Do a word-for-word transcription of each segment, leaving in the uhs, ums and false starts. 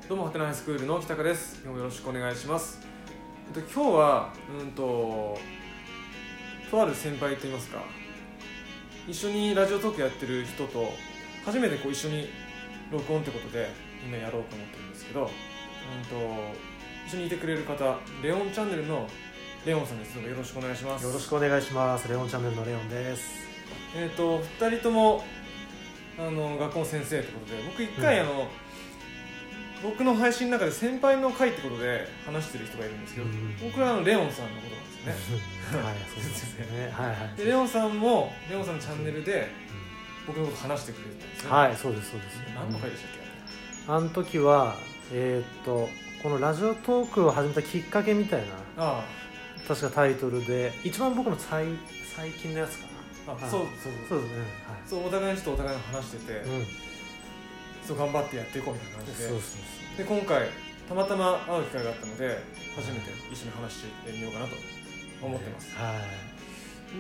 どうもハテナハイスクールの北川です。今日もよろしくお願いします。えっと、今日はうんととある先輩といいますか、一緒にラジオトークやってる人と初めてこう一緒に録音ってことで今やろうと思ってるんですけど、うんと一緒にいてくれる方、レオンチャンネルのレオンさんです。どうもよろしくお願いします。 よろしくお願いします。レオンチャンネルのレオンです。 えっとふたりともあの学校の先生ってことで、僕一回、うん、あの僕の配信の中で先輩の会ってことで話してる人がいるんですけど、うん、僕はあのレオンさんのことなんですね。 はい、そうですね。はいはい。 でレオンさんもレオンさんのチャンネルで僕のこと話してくれてたんですね。 はい、そうですそうです。 何の会でしたっけ？ あの時はえー、っとこのラジオトークを始めたきっかけみたいな、ああ確かタイトルで一番僕の最最近のやつかな。 あ、そうそうそうですね。はい。そうお互いの人とお互いの話してて。うん、そう頑張ってやっていこうみたいな感じで、そうそうそうで今回たまたま会う機会があったので初めて一緒に話してみようかなと思ってます。はい、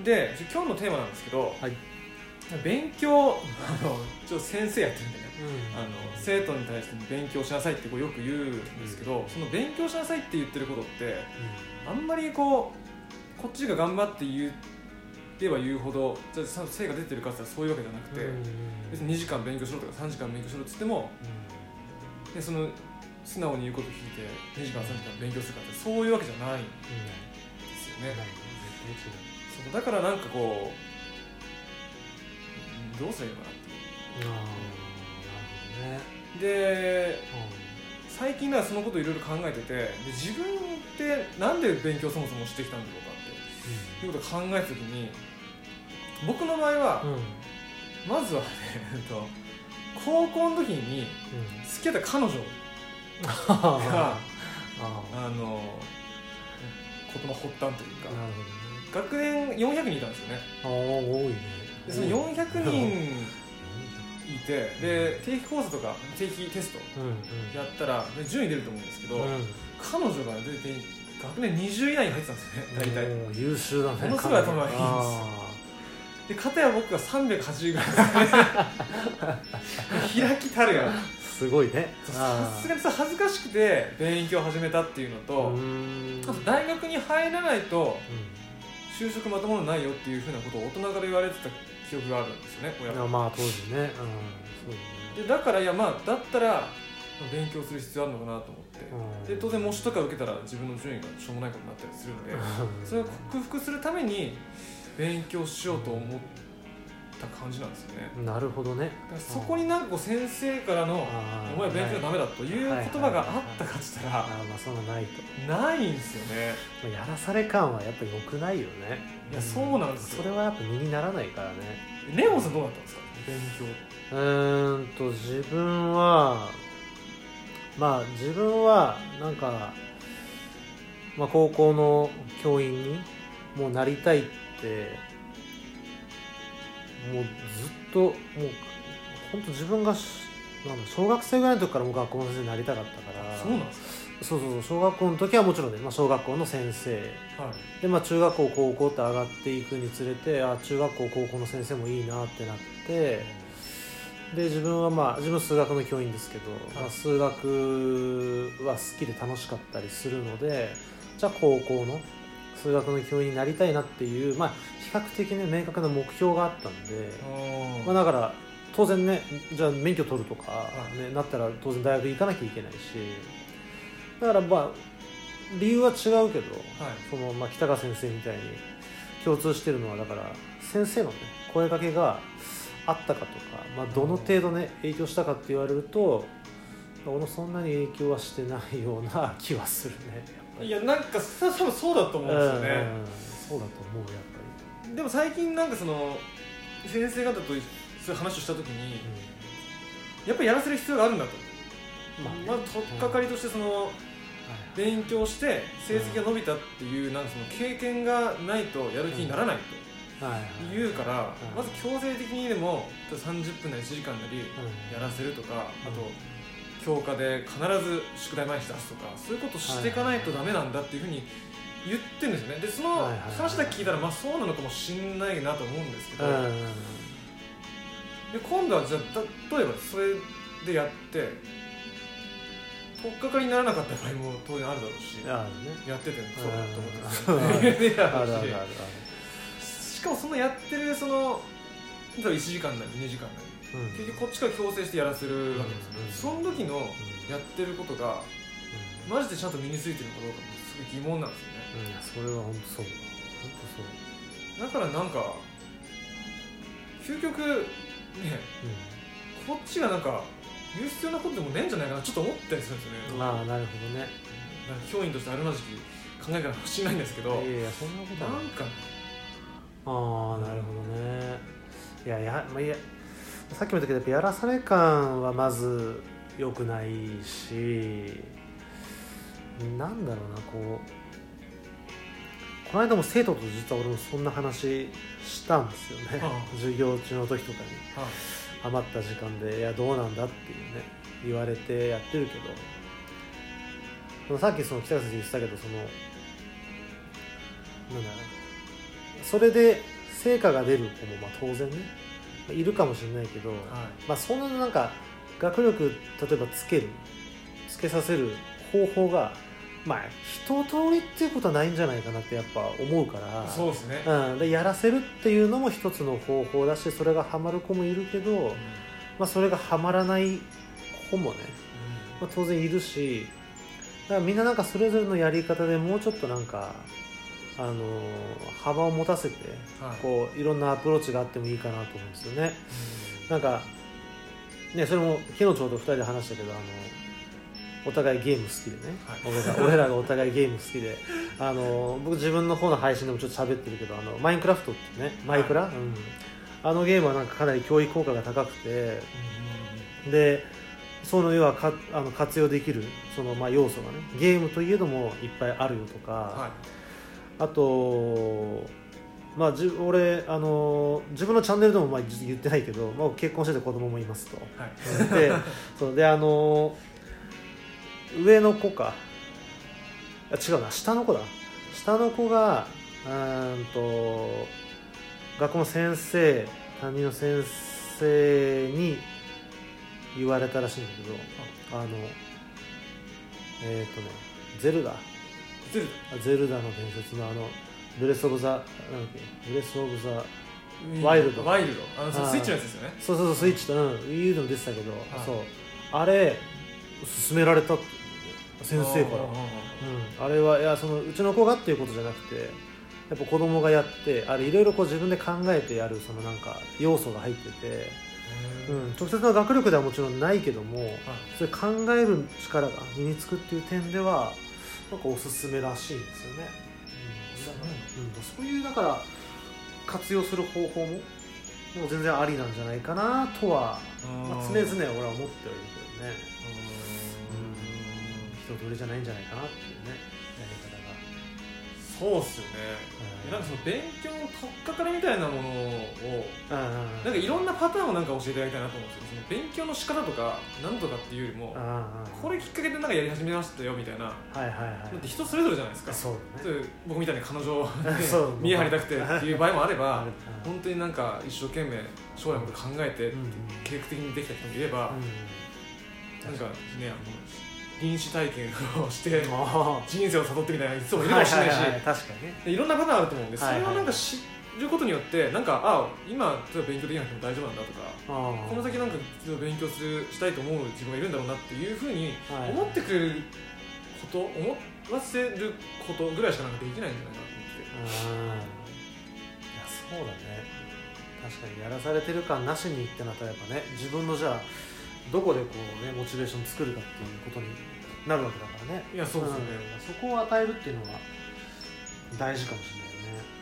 で今日のテーマなんですけど、はい、勉強あのちょっと先生やってるんでね、うん、あの生徒に対して勉強しなさいってこうよく言うんですけど、うん、その勉強しなさいって言ってることって、うん、あんまりこうこっちが頑張って言う言えば言うほどじゃあ成果出てるかって言ったらそういうわけじゃなくて、うん、別ににじかん勉強しろとかさんじかん勉強しろって言っても、うん、でその素直に言うことを聞いてにじかんさんじかん勉強するかってそういうわけじゃないんですよね。うん、そうだからなんかこうどうすればいいのかなっていう。あー、なるほどね。で、うん、最近はそのことをいろいろ考えてて、で自分ってなんで勉強そもそもしてきたんだろうかっていうことを考えたときに、僕の場合は、うん、まずはね高校の時に付き合った彼女が、うん、あの事の発端というか、なるほどね、学年よんひゃくにんいたんですよね。あ多いね。でそのよんひゃくにんいて、で定期講座とか定期テストやったら順位出ると思うんですけど、うん、彼女が出て学年にじゅうい以内に入ってたんですよね。大体優秀だね。ものすごい頭がいいんですよ。で片や僕がさんびゃくはちじゅうぐらいですね。開きたるやすごいね。 さすがにさ恥ずかしくて勉強を始めたっていうのと、あと大学に入らないと就職まとものないよっていうふうなことを大人から言われてた記憶があるんですよね、親が。 まあ当時ね。うん、そうね。 でだからいやまあだったら勉強する必要あるのかなと思って、うん、で当然模試とか受けたら自分の順位がしょうもないことになったりするんで、うん、それを克服するために勉強しようと思った感じなんですよね。 なるほどね。 だからそこになんかこう先生からのお前勉強はダメだという言葉があったかって言ったら、あまあそんなないとないんですよね。 やらされ感はやっぱり良くないよね。 いやそうなんですよ。 それはやっぱ身にならないからね。 レオンさんどうだったんですか、勉強。 うーんと自分はまあ自分はなんか、まあ、高校の教員にもうなりたいってもうずっともう本当自分がなんだ小学生ぐらいの時からもう学校の先生になりたかったから。 そうなんですか。 そうそうそう、小学校の時はもちろんね、まあ、小学校の先生、はい、でまあ中学校高校って上がっていくにつれて、あ中学校高校の先生もいいなってなって、で自分はまあ自分数学の教員ですけど、はい、まあ、数学は好きで楽しかったりするので、じゃあ高校の数学の教員になりたいなっていう、まあ、比較的ね明確な目標があったんで、まあ、だから当然ねじゃあ免許取るとか、ね、なったら当然大学行かなきゃいけないし、だからまあ理由は違うけど、はい、そのまあ北川先生みたいに共通してるのはだから先生のね声かけがあったかとか、まあ、どの程度ね影響したかって言われると俺もそんなに影響はしてないような気はするね。やっぱりいやなんか多分そうだと思うんですよね。うん、そうだと思うやっぱり。 でも最近なんかその先生方とそういう話をした時に、うん、やっぱりやらせる必要があるんだと、まあね、まあ、取っかかりとしてその、うん、勉強して成績が伸びたっていう、うん、なんかその経験がないとやる気にならないと言うから、まず強制的にでもさんじゅっぷんなりいちじかんなりやらせるとか、あと教科で必ず宿題毎日出すとか、そういうことをしていかないとダメなんだっていうふうに言ってるんですよね。でその話だけ聞いたらまあそうなのかもしれないなと思うんですけど、で今度はじゃあ例えばそれでやって取っかかりにならなかった場合も当然あるだろうし、 あるね、 やっててそうだと思ってるあるあるあるあるしかもそのやってるその例えばいちじかんなりにじかんなり、うん、結局こっちから強制してやらせるわけですよ、うん、その時のやってることが、うん、マジでちゃんと身についてるかどうかもすごい疑問なんですよね、 うん、それは本当そう本当そうだからなんか究極ね、うん、こっちがなんか言う必要なことでもねえんじゃないかなちょっと思ったりするんですよね。 まあなるほどね。 教員としてあるまじき考え方かもしれないんですけど、 いやいやそんなことなんかああなるほどね。いやいやまあいやさっきも言ったけどやっぱやらされ感はまず良くないし、なんだろうなこうこの間も生徒と実は俺もそんな話したんですよね。はあ、授業中の時とかに。はあ余った時間でいやどうなんだっていうね言われてやってるけど、さっきその北川先生言ってたけどそのなんだろうそれで成果が出る子もまあ当然ねいるかもしれないけど、はい、まあそんななんか学力例えばつけるつけさせる方法がまあ一通りっていうことはないんじゃないかなってやっぱ思うから、 そうですね、 うん、でやらせるっていうのも一つの方法だしそれがハマる子もいるけど、うんまあ、それがハマらない子もね、うんまあ、当然いるしだからみんななんかそれぞれのやり方でもうちょっとなんかあのー、幅を持たせて、はい、こういろんなアプローチがあってもいいかなと思うんですよね、うん、なんかねそれも昨日ちょうどふたりで話したけどあのお互いゲーム好きでね、はい、俺, ら俺らがお互いゲーム好きであの僕自分の方の配信でもちょっと喋ってるけどあのマインクラフトってねマイクラ、はいうん、あのゲームはなんかかなり教育効果が高くて、うん、でその要はかあの活用できるそのまあ要素がねゲームといえどもいっぱいあるよとか、はい、あとまあ、じ俺あの自分のチャンネルでもまあ言ってないけど、まあ、結婚してて子供もいますと、はい、でそうであの上の子か違うな下の子だ下の子がうんと学校の先生担任の先生に言われたらしいんだけどあのえっ、ー、とねゼルダゼルダゼルダの伝説のあのブレスオブザなんだっけブレスオブザワイルドワイルドあのスイッチのやつですよねそうそうそうスイッチと、うん、Wii U でも出てたけどそうあれ勧められた先生から、うん、あれはいやそのうちの子がっていうことじゃなくてやっぱ子供がやってあれいろいろこう自分で考えてやるそのなんか要素が入ってて、うん、直接の学力ではもちろんないけども、はい、それ考える力が身につくっていう点ではなんかおすすめらしいんですよね、うんうん、そういうだから活用する方法ももう全然ありなんじゃないかなとは、まあ、常々俺は思ってはいるけどね一通りじゃないんじゃないかなっていうねやり方がそうっすよね、うん、なんかその勉強の取っかかりみたいなものをなんかいろんなパターンをなんか教えていただきたいなと思うんですよその勉強の仕方とかなんとかっていうよりもこれきっかけでなんかやり始めましたよみたいな、はいはいはい、だって人それぞれじゃないですかそう、ね、僕みたいに彼女見え張りたくてっていう場合もあれば本当になんか一生懸命将来のこと考えて計画的にできた人もいれば、うん、なんかねあの臨死体験をして人生を悟ってみたいな人もいるかもしれないし、はいはいはい、確かにね、いろんなパターンあると思うんで、はいはい、それをなんか知ることによってなんかあ今例えば勉強できなくても大丈夫なんだとかこの先なんか勉強するしたいと思う自分がいるんだろうなっていうふうに思ってくれること、はい、思わせることぐらいしかなんかできないんじゃないかなと思っていやそうだね確かにやらされてる感なしにってなったらやっぱね自分のじゃあどこでこうねモチベーション作るかっていうことになるわけだからねいやそうですよね、 うん、そこを与えるっていうのは大事かもしれない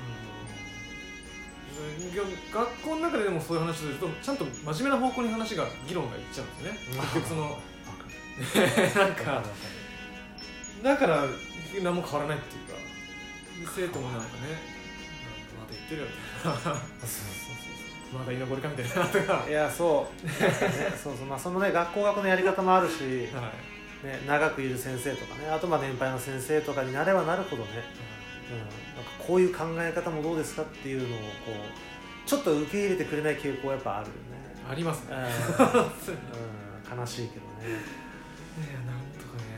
よね、うん、学校の中ででもそういう話するとちゃんと真面目な方向に話が議論がいっちゃうんですね結局そのなんかだから何も変わらないっていうか生徒もなんかねまだ言ってるよみたいなそうそうそうまだ居残りかみたいなとかいやそう、ね、そうそうまあそのね学校学校のやり方もあるし、はいね、長くいる先生とかねあとまあ年配の先生とかになればなるほどね、うん、なんかこういう考え方もどうですかっていうのをこうちょっと受け入れてくれない傾向はやっぱあるよねありますね、 うん、悲しいけどねいやなんとかね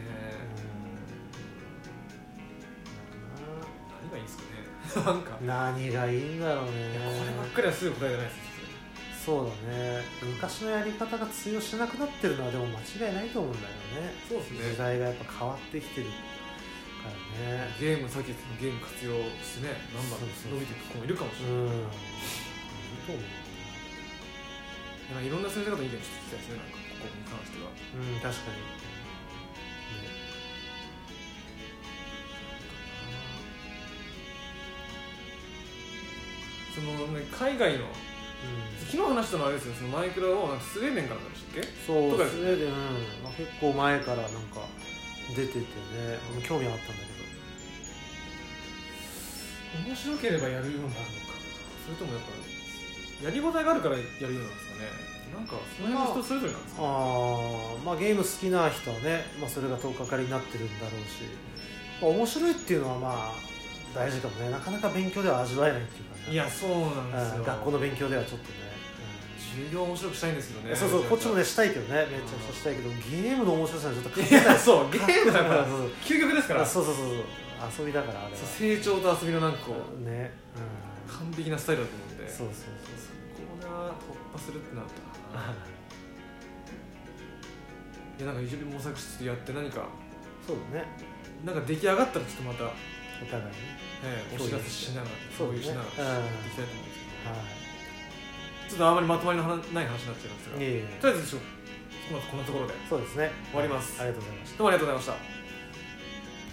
なんか何がいいんだろうね。 こればっかりはすぐ答えじゃないですよ。 そうだね。昔のやり方が通用しなくなってるのはでも間違いないと思うんだよね。 そうですね。 時代がやっぱ変わってきてるからね。 ゲームさっき言ったゲーム活用してね、バンバン伸びていく子もいるかもしれない。うん。いると思う。 なんかいろんな先生方の意見を聞きたいですね。なんかここに関しては。 うん、確かに。ね。 そのね、海外の、うん、昨日話したのはあれですよ、そのマイクラをなんかスウェーデンからでしたっけ？ そう、スウェーデン、まあ、結構前からなんか出ててね、興味あったんだけど面白ければやるようになるのか、それともやっぱやりごたえがあるからやるようなんですかね。なんかその辺の人それぞれなんですか？ まあ、あまあゲーム好きな人はね、まあ、それが取っかかりになってるんだろうし、まあ、面白いっていうのはまあ大事かもね。なかなか勉強では味わえないっていうかね。 いや、そうなんですよ。 学校の勉強ではちょっとね、 うん、授業面白くしたいんですけどね。 そうそう、こっちもねしたいけどね、めっちゃくちゃしたいけど、ゲームの面白さにちょっと感じない。そうゲームだから究極ですから。 そうそうそうそう、遊びだからあれは成長と遊びのなんかこうね、 うん、完璧なスタイルだと思うんで、 そうそうそうそう、 これは突破するってなったらいや、なんか一緒に模索してやって何か、 そうだね、 なんか出来上がったらちょっとまたお互いね、 ええ、お知らせしながら共有しながらやっていきたいと思うんですけど、はい、ちょっとあまりまとまりのない話になっちゃいますが、とりあえずこんなところでそうですね、 終わります。 ありがとうございました。 どうもありがとうございました。